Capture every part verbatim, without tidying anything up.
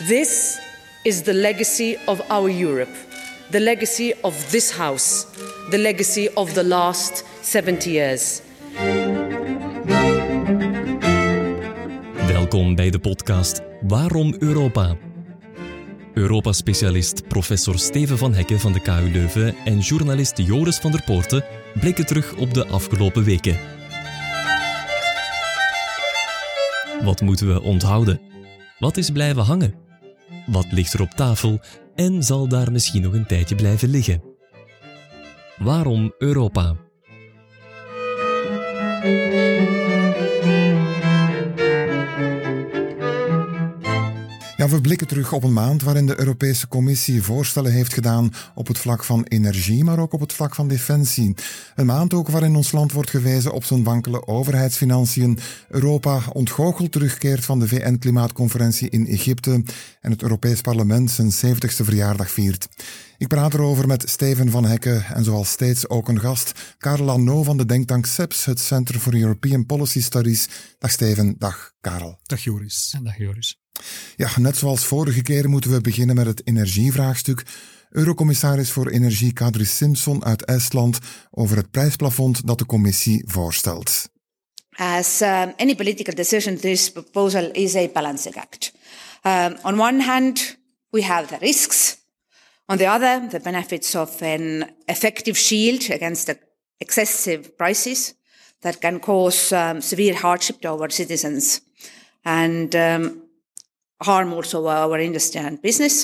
This is the legacy of our Europe, the legacy of this House, the legacy of the last seventy years. Welkom bij de podcast Waarom Europa? Europa-specialist professor Steven van Hekke van de K U Leuven en journalist Joris van der Poorten blikken terug op de afgelopen weken. Wat moeten we onthouden? Wat is blijven hangen? Wat ligt er op tafel en zal daar misschien nog een tijdje blijven liggen? Waarom Europa? Ja, we blikken terug op een maand waarin de Europese Commissie voorstellen heeft gedaan op het vlak van energie, maar ook op het vlak van defensie. Een maand ook waarin ons land wordt gewezen op zijn wankele overheidsfinanciën. Europa ontgoocheld terugkeert van de V N-klimaatconferentie in Egypte en het Europees Parlement zijn zeventigste verjaardag viert. Ik praat erover met Steven van Hekke en zoals steeds ook een gast, Karel Lano van de denktank C E P S, het Center for European Policy Studies. Dag Steven, dag Karel. Dag Joris. En dag Joris. Ja, net zoals vorige keer moeten we beginnen met het energievraagstuk. Eurocommissaris voor Energie Kadri Simson uit Estland over het prijsplafond dat de commissie voorstelt. As um, any political decision, this proposal is a balancing act. Um, on one hand, we have the risks. On the other, the benefits of an effective shield against the excessive prices that can cause um, severe hardship to our citizens and um, harm also our industry and business,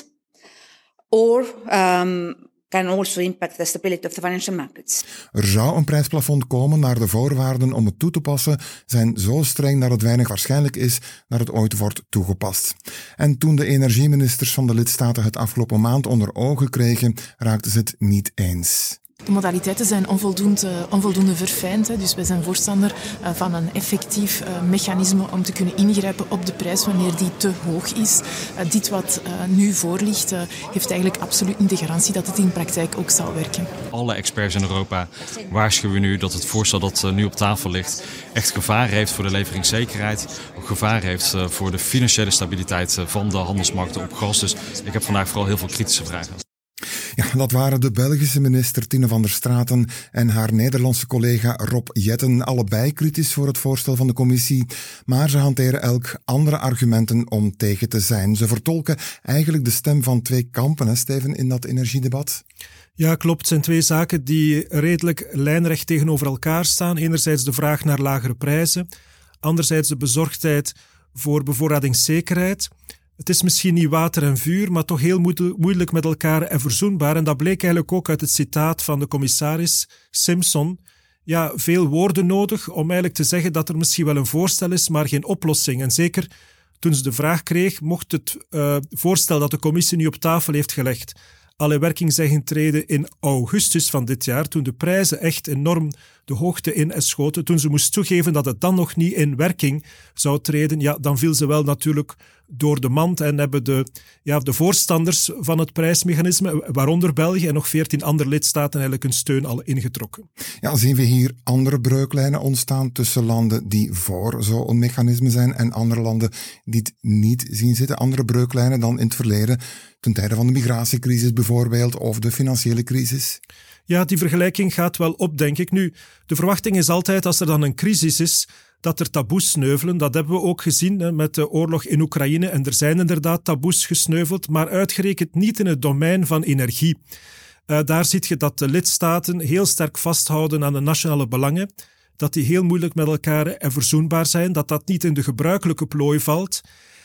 or um, can also impact the stability of the financial markets. Er zou een prijsplafond komen, maar de voorwaarden om het toe te passen zijn zo streng dat het weinig waarschijnlijk is dat het ooit wordt toegepast. En toen de energieministers van de lidstaten het afgelopen maand onder ogen kregen, raakten ze het niet eens. De modaliteiten zijn onvoldoende, onvoldoende verfijnd. Hè. Dus wij zijn voorstander uh, van een effectief uh, mechanisme om te kunnen ingrijpen op de prijs wanneer die te hoog is. Uh, dit wat uh, nu voor ligt, uh, heeft eigenlijk absoluut niet de garantie dat het in praktijk ook zal werken. Alle experts in Europa waarschuwen nu dat het voorstel dat uh, nu op tafel ligt echt gevaar heeft voor de leveringszekerheid. Ook gevaar heeft uh, voor de financiële stabiliteit uh, van de handelsmarkten op gas. Dus ik heb vandaag vooral heel veel kritische vragen. Ja, dat waren de Belgische minister Tine van der Straten en haar Nederlandse collega Rob Jetten, allebei kritisch voor het voorstel van de commissie, maar ze hanteren elk andere argumenten om tegen te zijn. Ze vertolken eigenlijk de stem van twee kampen, hè, Steven, in dat energiedebat. Ja, klopt. Het zijn twee zaken die redelijk lijnrecht tegenover elkaar staan. Enerzijds de vraag naar lagere prijzen, anderzijds de bezorgdheid voor bevoorradingszekerheid. Het is misschien niet water en vuur, maar toch heel moeilijk met elkaar en verzoenbaar. En dat bleek eigenlijk ook uit het citaat van de commissaris Simson. Ja, veel woorden nodig om eigenlijk te zeggen dat er misschien wel een voorstel is, maar geen oplossing. En zeker toen ze de vraag kreeg, mocht het uh, voorstel dat de commissie nu op tafel heeft gelegd al in werking zijn getreden in augustus van dit jaar, toen de prijzen echt enorm de hoogte in schoten, toen ze moest toegeven dat het dan nog niet in werking zou treden, ja, dan viel ze wel natuurlijk door de mand en hebben de, ja, de voorstanders van het prijsmechanisme, waaronder België en nog veertien andere lidstaten, eigenlijk hun steun al ingetrokken. Ja, zien we hier andere breuklijnen ontstaan tussen landen die voor zo'n mechanisme zijn en andere landen die het niet zien zitten? Andere breuklijnen dan in het verleden, ten tijde van de migratiecrisis bijvoorbeeld, of de financiële crisis? Ja, die vergelijking gaat wel op, denk ik. Nu, de verwachting is altijd, als er dan een crisis is, dat er taboes sneuvelen. Dat hebben we ook gezien hè, met de oorlog in Oekraïne. En er zijn inderdaad taboes gesneuveld, maar uitgerekend niet in het domein van energie. Uh, daar zie je dat de lidstaten heel sterk vasthouden aan de nationale belangen, dat die heel moeilijk met elkaar en verzoenbaar zijn, dat dat niet in de gebruikelijke plooi valt.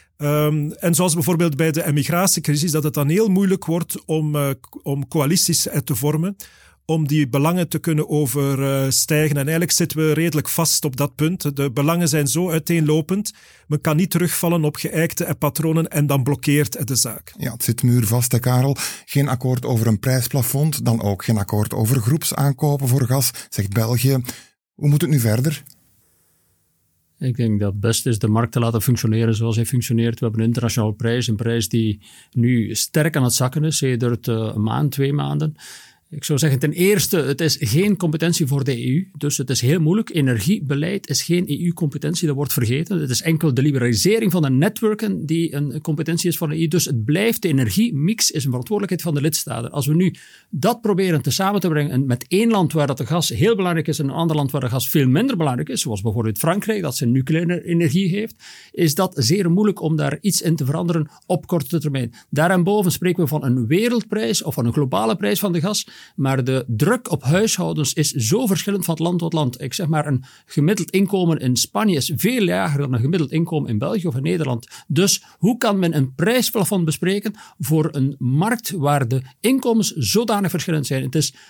Um, en zoals bijvoorbeeld bij de emmigratiecrisis, dat het dan heel moeilijk wordt om, uh, om coalities te vormen, om die belangen te kunnen overstijgen. En eigenlijk zitten we redelijk vast op dat punt. De belangen zijn zo uiteenlopend. Men kan niet terugvallen op geëikte patronen en dan blokkeert de zaak. Ja, het zit muurvast, hè, Karel. Geen akkoord over een prijsplafond, dan ook geen akkoord over groepsaankopen voor gas, zegt België. Hoe moet het nu verder? Ik denk dat het beste is de markt te laten functioneren zoals hij functioneert. We hebben een internationale prijs, een prijs die nu sterk aan het zakken is, sedert uh, een maand, twee maanden. Ik zou zeggen, ten eerste, het is geen competentie voor de E U. Dus het is heel moeilijk. Energiebeleid is geen E U-competentie, dat wordt vergeten. Het is enkel de liberalisering van de netwerken die een competentie is van de E U. Dus het blijft, de energiemix is een verantwoordelijkheid van de lidstaten. Als we nu dat proberen te samen te brengen met één land waar dat de gas heel belangrijk is en een ander land waar de gas veel minder belangrijk is, zoals bijvoorbeeld Frankrijk, dat zijn nucleaire energie heeft, is dat zeer moeilijk om daar iets in te veranderen op korte termijn. Daarboven spreken we van een wereldprijs of van een globale prijs van de gas. Maar de druk op huishoudens is zo verschillend van land tot land. Ik zeg maar, een gemiddeld inkomen in Spanje is veel lager dan een gemiddeld inkomen in België of in Nederland. Dus hoe kan men een prijsplafond bespreken voor een markt waar de inkomens zodanig verschillend zijn? Het is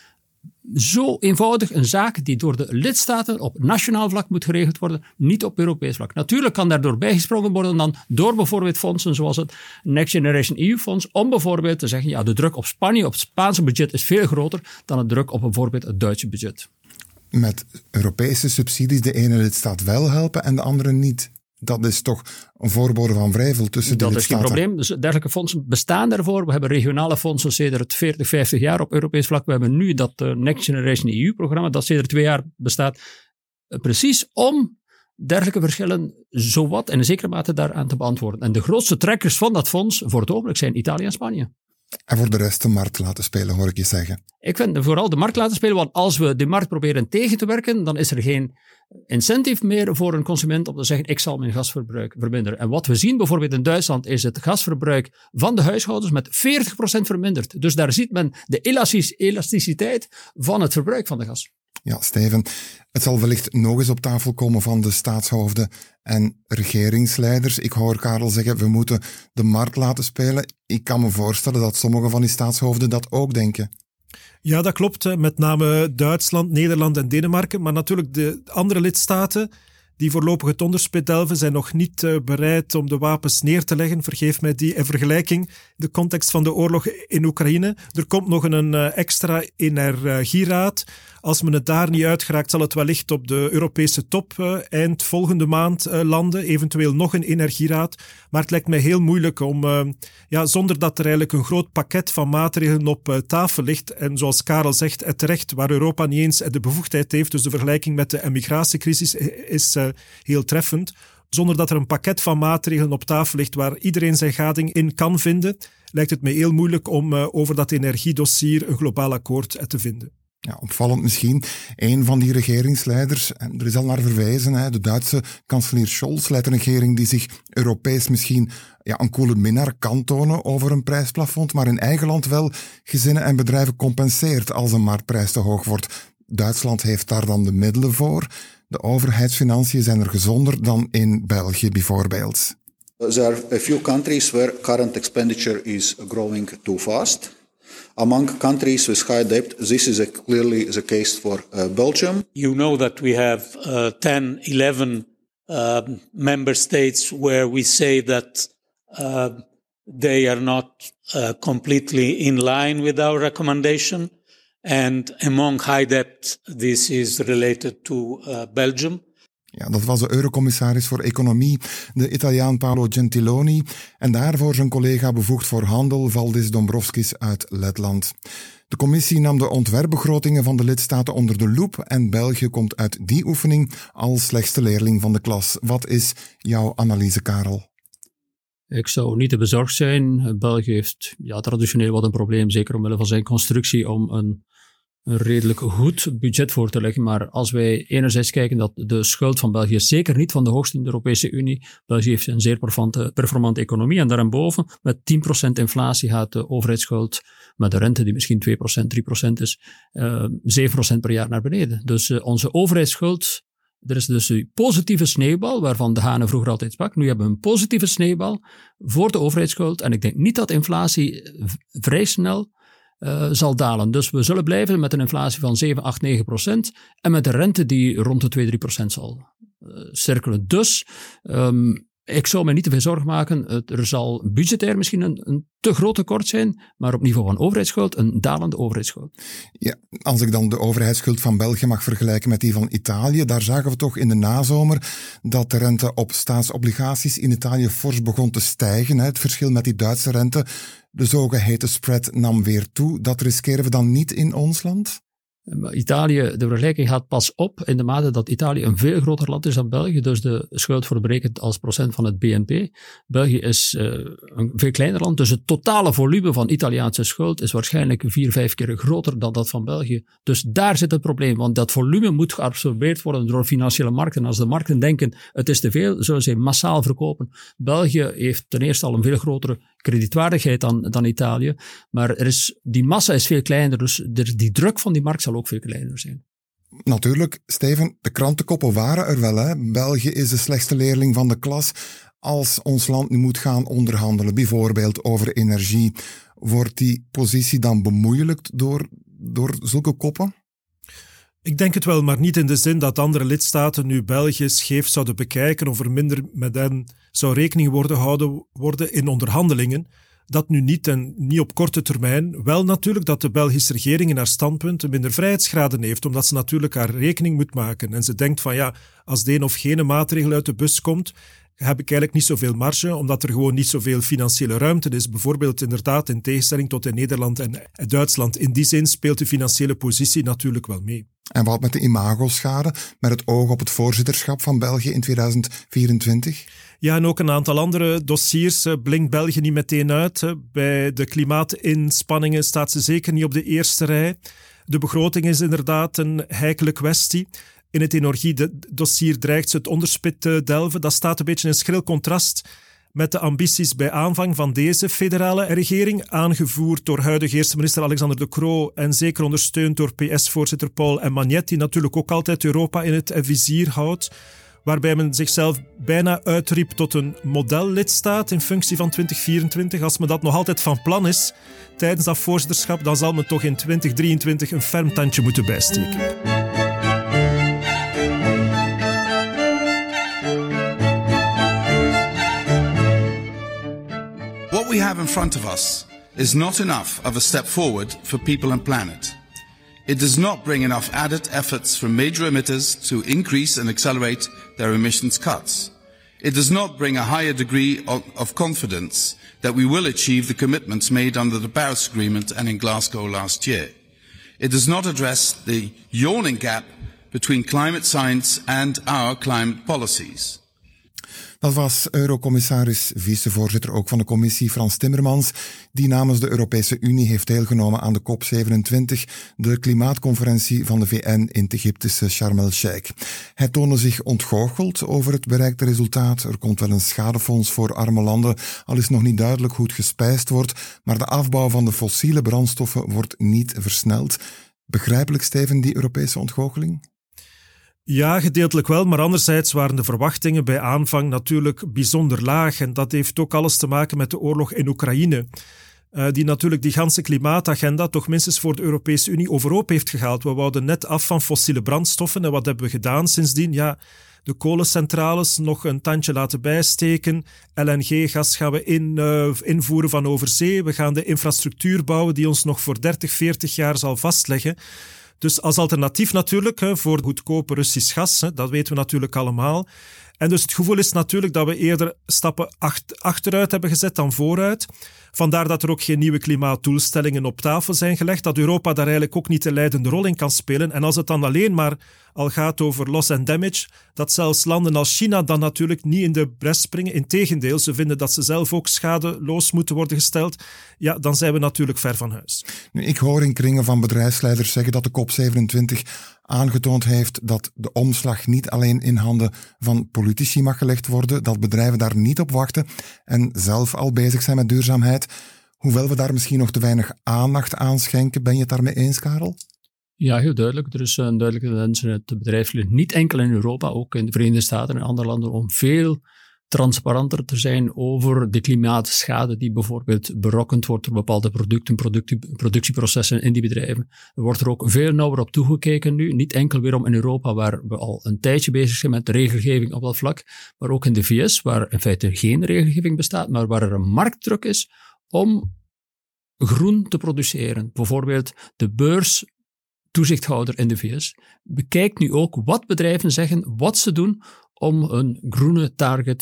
zo eenvoudig een zaak die door de lidstaten op nationaal vlak moet geregeld worden, niet op Europees vlak. Natuurlijk kan daardoor bijgesprongen worden dan door bijvoorbeeld fondsen zoals het Next Generation E U-fonds, om bijvoorbeeld te zeggen, ja, de druk op Spanje, op het Spaanse budget is veel groter dan de druk op bijvoorbeeld het Duitse budget. Met Europese subsidies de ene lidstaat wel helpen en de andere niet. Dat is toch een voorbode van wrijvel tussen de dat lidstaten. Dat is geen probleem. Dus dergelijke fondsen bestaan daarvoor. We hebben regionale fondsen sedert veertig, vijftig jaar op Europees vlak. We hebben nu dat uh, Next Generation E U-programma, dat sedert twee jaar bestaat. Uh, precies om dergelijke verschillen zowat in een zekere mate daaraan te beantwoorden. En de grootste trekkers van dat fonds voor het ogenblik zijn Italië en Spanje. En voor de rest de markt laten spelen, hoor ik je zeggen. Ik vind vooral de markt laten spelen, want als we de markt proberen tegen te werken, dan is er geen incentive meer voor een consument om te zeggen, ik zal mijn gasverbruik verminderen. En wat we zien bijvoorbeeld in Duitsland, is het gasverbruik van de huishoudens met veertig procent verminderd. Dus daar ziet men de elasticiteit van het verbruik van de gas. Ja, Steven, het zal wellicht nog eens op tafel komen van de staatshoofden en regeringsleiders. Ik hoor Karel zeggen, we moeten de markt laten spelen. Ik kan me voorstellen dat sommige van die staatshoofden dat ook denken. Ja, dat klopt. Met name Duitsland, Nederland en Denemarken. Maar natuurlijk de andere lidstaten die voorlopig het onderspit delven, zijn nog niet uh, bereid om de wapens neer te leggen. Vergeef mij die vergelijking. De context van de oorlog in Oekraïne. Er komt nog een uh, extra energieraad. Als men het daar niet uitgeraakt, zal het wellicht op de Europese top uh, eind volgende maand uh, landen. Eventueel nog een energieraad. Maar het lijkt mij heel moeilijk om, uh, ja, zonder dat er eigenlijk een groot pakket van maatregelen op uh, tafel ligt. En zoals Karel zegt, het terecht waar Europa niet eens de bevoegdheid heeft. Dus de vergelijking met de emmigratiecrisis is uh, heel treffend. Zonder dat er een pakket van maatregelen op tafel ligt waar iedereen zijn gading in kan vinden, lijkt het mij heel moeilijk om uh, over dat energiedossier een globaal akkoord uh, te vinden. Ja, opvallend misschien. Een van die regeringsleiders, en er is al naar verwijzen, hè, de Duitse kanselier Scholz leidt een regering die zich Europees misschien ja, een koele minnaar kan tonen over een prijsplafond, maar in eigen land wel gezinnen en bedrijven compenseert als een marktprijs te hoog wordt. Duitsland heeft daar dan de middelen voor. De overheidsfinanciën zijn er gezonder dan in België bijvoorbeeld. There are a few countries where current expenditure is growing too fast. Among countries with high debt, this is a clearly the case for uh, Belgium. You know that we have uh, ten, eleven uh, member states where we say that uh, they are not uh, completely in line with our recommendation. And among high debt, this is related to uh, Belgium. Ja, dat was de eurocommissaris voor Economie, de Italiaan Paolo Gentiloni, en daarvoor zijn collega bevoegd voor handel Valdis Dombrovskis uit Letland. De commissie nam de ontwerpbegrotingen van de lidstaten onder de loep en België komt uit die oefening als slechtste leerling van de klas. Wat is jouw analyse, Karel? Ik zou niet te bezorgd zijn. België heeft ja, traditioneel wat een probleem, zeker omwille van zijn constructie, om een een redelijk goed budget voor te leggen. Maar als wij enerzijds kijken dat de schuld van België is zeker niet van de hoogste in de Europese Unie. België heeft een zeer performante, performante economie en daarboven met tien procent inflatie gaat de overheidsschuld met de rente die misschien twee procent, drie procent is, uh, zeven procent per jaar naar beneden. Dus uh, onze overheidsschuld, er is dus een positieve sneeuwbal, waarvan de Hane vroeger altijd sprak. Nu hebben we een positieve sneeuwbal voor de overheidsschuld en ik denk niet dat inflatie v- vrij snel Uh, zal dalen. Dus we zullen blijven met een inflatie van zeven, acht, negen procent en met een rente die rond de twee, drie procent zal uh, cirkelen. Dus um, ik zou me niet te veel zorgen maken. Het, er zal budgetair misschien een, een te groot tekort zijn, maar op niveau van overheidsschuld een dalende overheidsschuld. Ja, als ik dan de overheidsschuld van België mag vergelijken met die van Italië, daar zagen we toch in de nazomer dat de rente op staatsobligaties in Italië fors begon te stijgen. Het verschil met die Duitse rente De zogeheten spread nam weer toe. Dat riskeren we dan niet in ons land? Italië, de vergelijking gaat pas op in de mate dat Italië een veel groter land is dan België, dus de schuld wordt berekend als procent van het B N P. België is uh, een veel kleiner land, dus het totale volume van Italiaanse schuld is waarschijnlijk vier, vijf keer groter dan dat van België. Dus daar zit het probleem, want dat volume moet geabsorbeerd worden door financiële markten. Als de markten denken het is te veel, zullen ze massaal verkopen. België heeft ten eerste al een veel grotere kredietwaardigheid dan, dan Italië, maar er is, die massa is veel kleiner, dus er, die druk van die markt zal ook veel kleiner zijn. Natuurlijk, Steven, de krantenkoppen waren er wel. Hè? België is de slechtste leerling van de klas. Als ons land nu moet gaan onderhandelen, bijvoorbeeld over energie, wordt die positie dan bemoeilijkt door, door zulke koppen? Ik denk het wel, maar niet in de zin dat andere lidstaten nu België scheef zouden bekijken of er minder met hen zou rekening worden gehouden worden in onderhandelingen. Dat nu niet en niet op korte termijn. Wel natuurlijk dat de Belgische regering in haar standpunt minder vrijheidsgraden heeft, omdat ze natuurlijk haar rekening moet maken. En ze denkt van ja, als de een of geen maatregel uit de bus komt, heb ik eigenlijk niet zoveel marge, omdat er gewoon niet zoveel financiële ruimte is. Bijvoorbeeld inderdaad in tegenstelling tot in Nederland en Duitsland. In die zin speelt de financiële positie natuurlijk wel mee. En wat met de imagoschade, met het oog op het voorzitterschap van België in tweeduizend vierentwintig? Ja, en ook een aantal andere dossiers blinkt België niet meteen uit. Bij de klimaatinspanningen staat ze zeker niet op de eerste rij. De begroting is inderdaad een heikele kwestie. In het energiedossier dreigt ze het onderspit te delven. Dat staat een beetje in schril contrast met de ambities bij aanvang van deze federale regering, aangevoerd door huidige eerste minister Alexander De Croo en zeker ondersteund door P S-voorzitter Paul en Magnet, die natuurlijk ook altijd Europa in het vizier houdt, waarbij men zichzelf bijna uitriep tot een modellidstaat in functie van twintig vierentwintig. Als men dat nog altijd van plan is tijdens dat voorzitterschap, dan zal men toch in twintig drieëntwintig een ferm tandje moeten bijsteken. What we have in front of us is not enough of a step forward for people and planet. It does not bring enough added efforts from major emitters to increase and accelerate their emissions cuts. It does not bring a higher degree of, of confidence that we will achieve the commitments made under the Paris Agreement and in Glasgow last year. It does not address the yawning gap between climate science and our climate policies. Dat was Eurocommissaris, vicevoorzitter ook van de commissie Frans Timmermans, die namens de Europese Unie heeft deelgenomen aan de COP zevenentwintig, de klimaatconferentie van de V N in het Egyptische Sharm el-Sheikh. Hij toonde zich ontgoocheld over het bereikte resultaat. Er komt wel een schadefonds voor arme landen, al is nog niet duidelijk hoe het gespijsd wordt, maar de afbouw van de fossiele brandstoffen wordt niet versneld. Begrijpelijk, Steven, die Europese ontgoocheling? Ja, gedeeltelijk wel, maar anderzijds waren de verwachtingen bij aanvang natuurlijk bijzonder laag. En dat heeft ook alles te maken met de oorlog in Oekraïne, uh, die natuurlijk die ganse klimaatagenda toch minstens voor de Europese Unie overhoop heeft gehaald. We wouden net af van fossiele brandstoffen en wat hebben we gedaan sindsdien? Ja, de kolencentrales nog een tandje laten bijsteken. L N G-gas gaan we in, uh, invoeren van overzee. We gaan de infrastructuur bouwen die ons nog voor dertig, veertig jaar zal vastleggen. Dus als alternatief natuurlijk hè, voor goedkope Russisch gas, hè, dat weten we natuurlijk allemaal. En dus het gevoel is natuurlijk dat we eerder stappen achteruit hebben gezet dan vooruit. Vandaar dat er ook geen nieuwe klimaatdoelstellingen op tafel zijn gelegd, dat Europa daar eigenlijk ook niet de leidende rol in kan spelen. En als het dan alleen maar al gaat over loss and damage, dat zelfs landen als China dan natuurlijk niet in de bres springen. Integendeel, ze vinden dat ze zelf ook schadeloos moeten worden gesteld. Ja, dan zijn we natuurlijk ver van huis. Nu, ik hoor in kringen van bedrijfsleiders zeggen dat de COP zevenentwintig aangetoond heeft dat de omslag niet alleen in handen van politici mag gelegd worden, dat bedrijven daar niet op wachten en zelf al bezig zijn met duurzaamheid. Hoewel we daar misschien nog te weinig aandacht aan schenken, ben je het daarmee eens, Karel? Ja, heel duidelijk. Er is een duidelijke tendens in het bedrijfsleven, niet enkel in Europa, ook in de Verenigde Staten en andere landen, om veel transparanter te zijn over de klimaatschade die bijvoorbeeld berokkend wordt door bepaalde producten, productie, productieprocessen in die bedrijven. Er wordt er ook veel nauwer op toegekeken nu, niet enkel weer om in Europa, waar we al een tijdje bezig zijn met de regelgeving op dat vlak, maar ook in de V S, waar in feite geen regelgeving bestaat, maar waar er een marktdruk is om groen te produceren. Bijvoorbeeld de beurstoezichthouder in de V S bekijkt nu ook wat bedrijven zeggen, wat ze doen om hun groene targets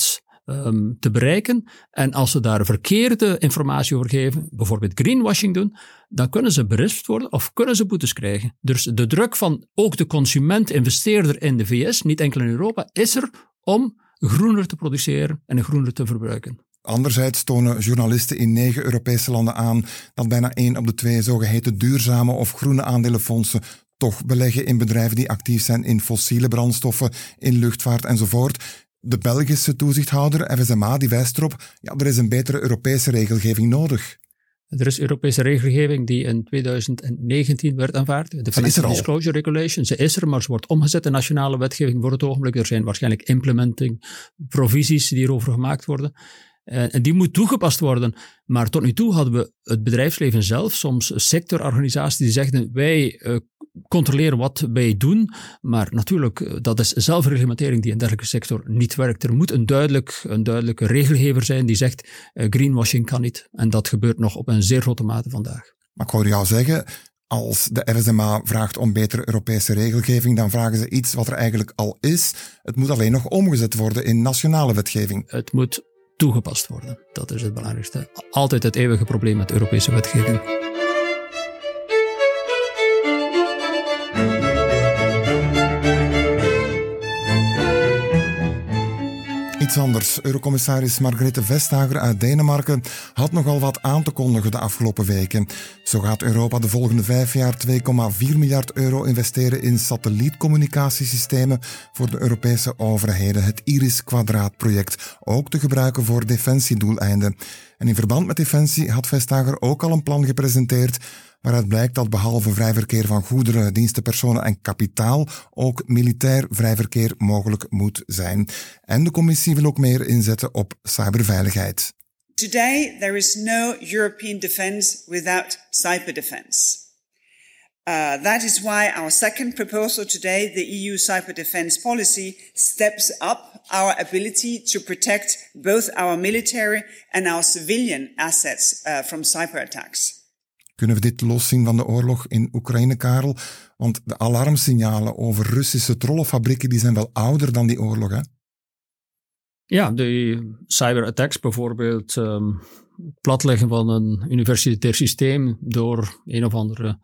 um, te bereiken. En als ze daar verkeerde informatie over geven, bijvoorbeeld greenwashing doen, dan kunnen ze berispt worden of kunnen ze boetes krijgen. Dus de druk van ook de consument-investeerder in de V S, niet enkel in Europa, is er om groener te produceren en groener te verbruiken. Anderzijds tonen journalisten in negen Europese landen aan dat bijna één op de twee zogeheten duurzame of groene aandelenfondsen toch beleggen in bedrijven die actief zijn in fossiele brandstoffen, in luchtvaart enzovoort. De Belgische toezichthouder, F S M A, die wijst erop, ja, er is een betere Europese regelgeving nodig. Er is Europese regelgeving die in twintig negentien werd aanvaard. De Financial Disclosure Regulation. Ze is er, maar ze wordt omgezet in nationale wetgeving voor het ogenblik. Er zijn waarschijnlijk implementing provisies die hierover gemaakt worden. En die moet toegepast worden. Maar tot nu toe hadden we het bedrijfsleven zelf, soms sectororganisaties die zegden, wij uh, controleren wat wij doen. Maar natuurlijk, dat is zelfreglementering die in dergelijke sector niet werkt. Er moet een, duidelijk, een duidelijke regelgever zijn die zegt, uh, greenwashing kan niet. En dat gebeurt nog op een zeer grote mate vandaag. Maar ik hoor jou zeggen, als de F S M A vraagt om betere Europese regelgeving, dan vragen ze iets wat er eigenlijk al is. Het moet alleen nog omgezet worden in nationale wetgeving. Het moet toegepast worden. Dat is het belangrijkste. Altijd het eeuwige probleem met Europese wetgeving. Iets anders. Eurocommissaris Margrethe Vestager uit Denemarken had nogal wat aan te kondigen de afgelopen weken. Zo gaat Europa de volgende vijf jaar twee komma vier miljard euro investeren in satellietcommunicatiesystemen voor de Europese overheden. Het Iris-kwadraatproject, ook te gebruiken voor defensiedoeleinden. En in verband met defensie had Vestager ook al een plan gepresenteerd waaruit blijkt dat behalve vrij verkeer van goederen, diensten, personen en kapitaal ook militair vrij verkeer mogelijk moet zijn. En de commissie wil ook meer inzetten op cyberveiligheid. Today there is no European defence without cyber defence. Uh, that is why our second proposal today, the E U cyber defence policy, steps up our ability to protect both our military and our civilian assets uh, from cyber attacks. Kunnen we dit loszien van de oorlog in Oekraïne, Karel? Want de alarmsignalen over Russische trollenfabrieken die zijn wel ouder dan die oorlog, hè? Ja, de cyberattacks bijvoorbeeld, um, platleggen van een universitair systeem door een of andere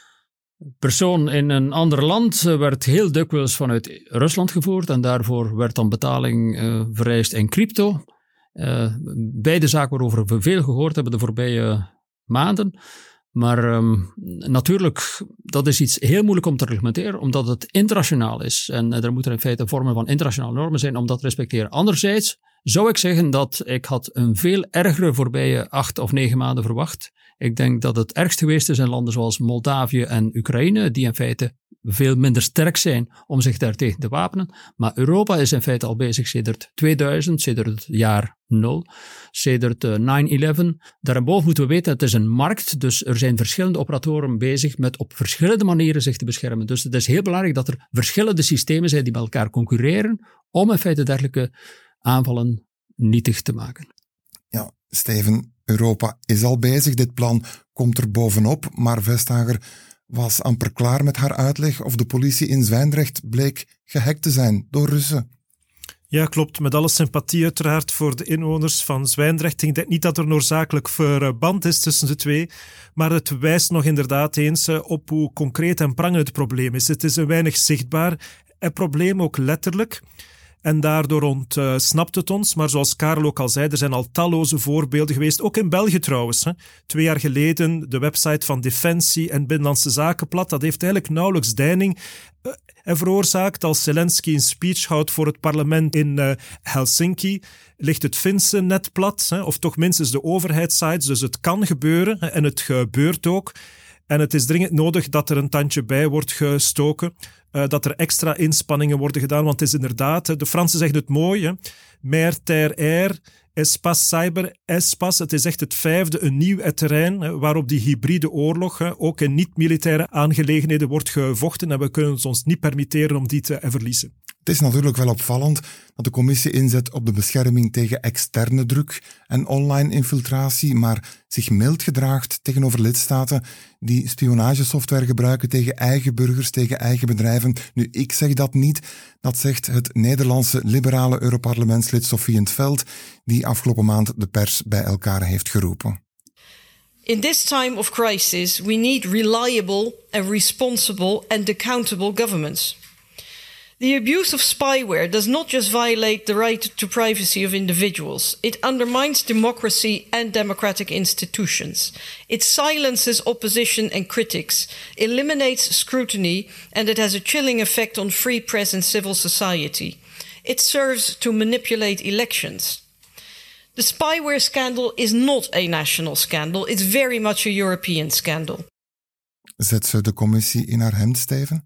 persoon in een ander land werd heel dikwijls vanuit Rusland gevoerd en daarvoor werd dan betaling uh, vereist in crypto. Uh, beide zaken waarover we veel gehoord hebben de voorbije maanden. Maar um, natuurlijk, dat is iets heel moeilijk om te reglementeren, omdat het internationaal is. En uh, er moeten in feite vormen van internationale normen zijn om dat te respecteren. Anderzijds zou ik zeggen dat ik had een veel ergere voorbije acht of negen maanden verwacht. Ik denk dat het ergst geweest is in landen zoals Moldavië en Oekraïne, die in feite veel minder sterk zijn om zich daartegen te wapenen. Maar Europa is in feite al bezig sedert tweeduizend, sedert het jaar nul, sedert uh, nine eleven. Daarboven moeten we weten, het is een markt, dus er zijn verschillende operatoren bezig met op verschillende manieren zich te beschermen. Dus het is heel belangrijk dat er verschillende systemen zijn die met elkaar concurreren om in feite dergelijke aanvallen nietig te maken. Ja, Steven, Europa is al bezig. Dit plan komt er bovenop, maar Vestager was amper klaar met haar uitleg of de politie in Zwijndrecht bleek gehackt te zijn door Russen. Ja, klopt. Met alle sympathie uiteraard voor de inwoners van Zwijndrecht. Ik denk niet dat er een noodzakelijk verband is tussen de twee, maar het wijst nog inderdaad eens op hoe concreet en prangend het probleem is. Het is een weinig zichtbaar, het probleem ook letterlijk. En daardoor ontsnapt het ons. Maar zoals Karel ook al zei, er zijn al talloze voorbeelden geweest. Ook in België trouwens. Hè. Twee jaar geleden de website van Defensie en Binnenlandse Zaken plat. Dat heeft eigenlijk nauwelijks deining uh, en veroorzaakt. Als Zelensky een speech houdt voor het parlement in uh, Helsinki, ligt het Finse net plat. Hè, of toch minstens de overheidssites. Dus het kan gebeuren hè, en het gebeurt ook. En het is dringend nodig dat er een tandje bij wordt gestoken. Uh, dat er extra inspanningen worden gedaan. Want het is inderdaad, de Fransen zeggen het mooi, hè, mer, terre, air, espace, cyber, espace. Het is echt het vijfde, een nieuw terrein hè, waarop die hybride oorlog, hè, ook in niet-militaire aangelegenheden, wordt gevochten. En we kunnen het ons niet permitteren om die te verliezen. Het is natuurlijk wel opvallend dat de commissie inzet op de bescherming tegen externe druk en online infiltratie, maar zich mild gedraagt tegenover lidstaten die spionagesoftware gebruiken tegen eigen burgers, tegen eigen bedrijven. Nu, ik zeg dat niet. Dat zegt het Nederlandse liberale Europarlementslid Sophie in 't Veld, die afgelopen maand de pers bij elkaar heeft geroepen. In this time of crisis, we need reliable and responsible and accountable governments. The abuse of spyware does not just violate the right to privacy of individuals. It undermines democracy and democratic institutions. It silences opposition and critics, eliminates scrutiny, and it has a chilling effect on free press and civil society. It serves to manipulate elections. The spyware scandal is not a national scandal. It's very much a European scandal. Zet ze de commissie in haar hemd, Steven?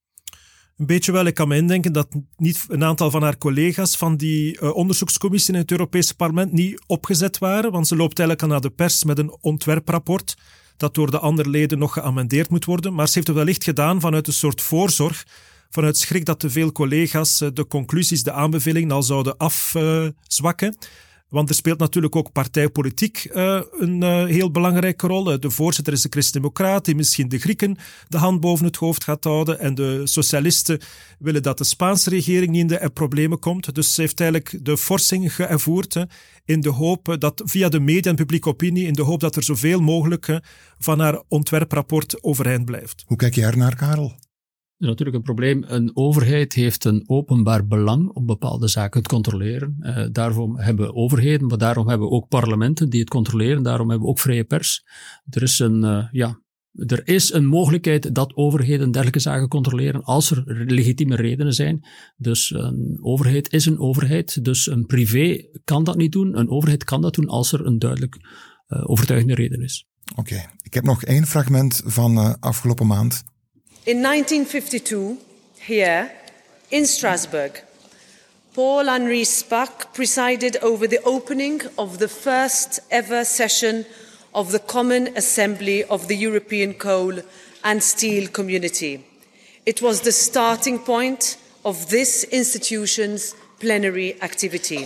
Een beetje wel. Ik kan me indenken dat niet een aantal van haar collega's van die uh, onderzoekscommissie in het Europese parlement niet opgezet waren, want ze loopt eigenlijk aan de pers met een ontwerprapport dat door de andere leden nog geamendeerd moet worden. Maar ze heeft het wellicht gedaan vanuit een soort voorzorg, vanuit schrik dat te veel collega's uh, de conclusies, de aanbevelingen al zouden afzwakken. Uh, Want er speelt natuurlijk ook partijpolitiek uh, een uh, heel belangrijke rol. De voorzitter is een christendemocraat die misschien de Grieken de hand boven het hoofd gaat houden. En de socialisten willen dat de Spaanse regering niet in de problemen komt. Dus ze heeft eigenlijk de forsing gevoerd hè, in de hoop dat via de media en publieke opinie, in de hoop dat er zoveel mogelijk hè, van haar ontwerprapport overeind blijft. Hoe kijk je ernaar, Karel? Dat is natuurlijk een probleem. Een overheid heeft een openbaar belang om bepaalde zaken te controleren. Uh, daarom hebben we overheden, maar daarom hebben we ook parlementen die het controleren. Daarom hebben we ook vrije pers. Er is een, uh, ja, er is een mogelijkheid dat overheden dergelijke zaken controleren als er legitieme redenen zijn. Dus een overheid is een overheid. Dus een privé kan dat niet doen. Een overheid kan dat doen als er een duidelijk uh, overtuigende reden is. Oké, okay. Ik heb nog één fragment van uh, afgelopen maand. In nineteen fifty-two, here in Strasbourg, Paul-Henri Spaak presided over the opening of the first ever session of the Common Assembly of the European Coal and Steel Community. It was the starting point of this institution's plenary activity.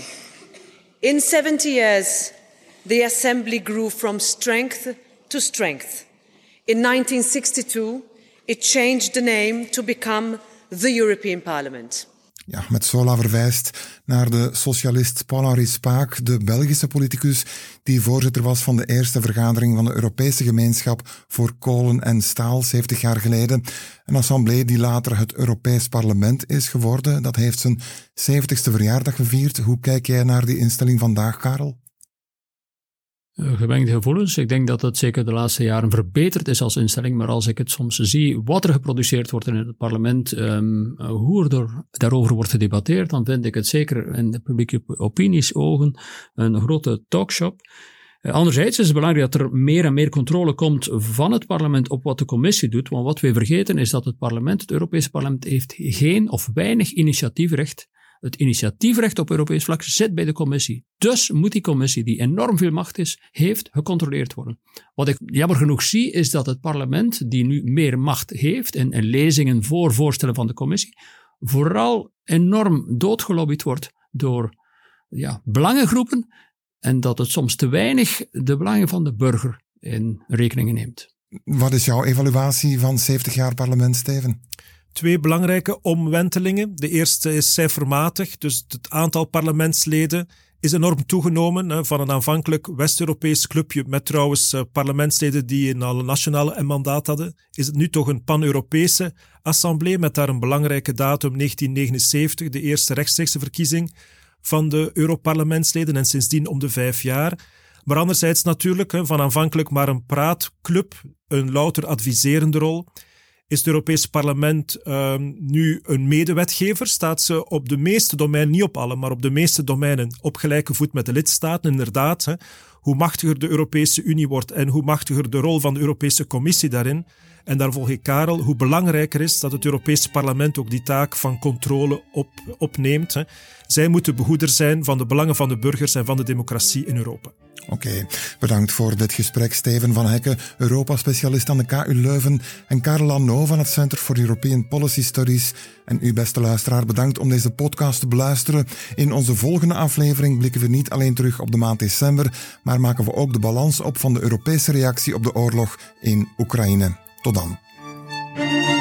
In seventy years, the Assembly grew from strength to strength. In nineteen sixty-two, it changed the name to become the European Parliament. Ja, Metsola verwijst naar de socialist Paul-Henri Spaak, de Belgische politicus die voorzitter was van de eerste vergadering van de Europese Gemeenschap voor Kolen en Staal, zeventig jaar geleden. Een assemblee die later het Europees Parlement is geworden. Dat heeft zijn zeventigste verjaardag gevierd. Hoe kijk jij naar die instelling vandaag, Karel? Gemengde gevoelens. Ik denk dat het zeker de laatste jaren verbeterd is als instelling, maar als ik het soms zie wat er geproduceerd wordt in het parlement, um, hoe er door, daarover wordt gedebatteerd, dan vind ik het zeker in de publieke opinies ogen een grote talkshop. Uh, anderzijds is het belangrijk dat er meer en meer controle komt van het parlement op wat de commissie doet, want wat we vergeten is dat het parlement, het Europese parlement, heeft geen of weinig initiatiefrecht. Het initiatiefrecht op Europees vlak zit bij de commissie. Dus moet die commissie, die enorm veel macht is, heeft gecontroleerd worden. Wat ik jammer genoeg zie, is dat het parlement, die nu meer macht heeft in, in lezingen voor voorstellen van de commissie, vooral enorm doodgelobbyd wordt door ja, belangengroepen en dat het soms te weinig de belangen van de burger in rekening neemt. Wat is jouw evaluatie van zeventig jaar parlement, Steven? Twee belangrijke omwentelingen. De eerste is cijfermatig, dus het aantal parlementsleden is enorm toegenomen. Van een aanvankelijk West-Europees clubje met trouwens parlementsleden die een al nationale mandaat hadden, is het nu toch een pan-Europese assemblee met daar een belangrijke datum negentien negenenzeventig, de eerste rechtstreekse verkiezing van de Europarlementsleden en sindsdien om de vijf jaar. Maar anderzijds natuurlijk, van aanvankelijk maar een praatclub, een louter adviserende rol, is het Europees Parlement uh, nu een medewetgever, staat ze op de meeste domeinen, niet op alle, maar op de meeste domeinen op gelijke voet met de lidstaten. Inderdaad, hè, hoe machtiger de Europese Unie wordt en hoe machtiger de rol van de Europese Commissie daarin. En daar volg ik Karel, hoe belangrijker is dat het Europese parlement ook die taak van controle op, opneemt. Hè. Zij moeten behoeder zijn van de belangen van de burgers en van de democratie in Europa. Oké, okay, bedankt voor dit gesprek. Steven van Hekke, Europa-specialist aan de K U Leuven, en Karel Lanoux van het Center for European Policy Studies. En u, beste luisteraar, bedankt om deze podcast te beluisteren. In onze volgende aflevering blikken we niet alleen terug op de maand december, maar maken we ook de balans op van de Europese reactie op de oorlog in Oekraïne. Tot dan.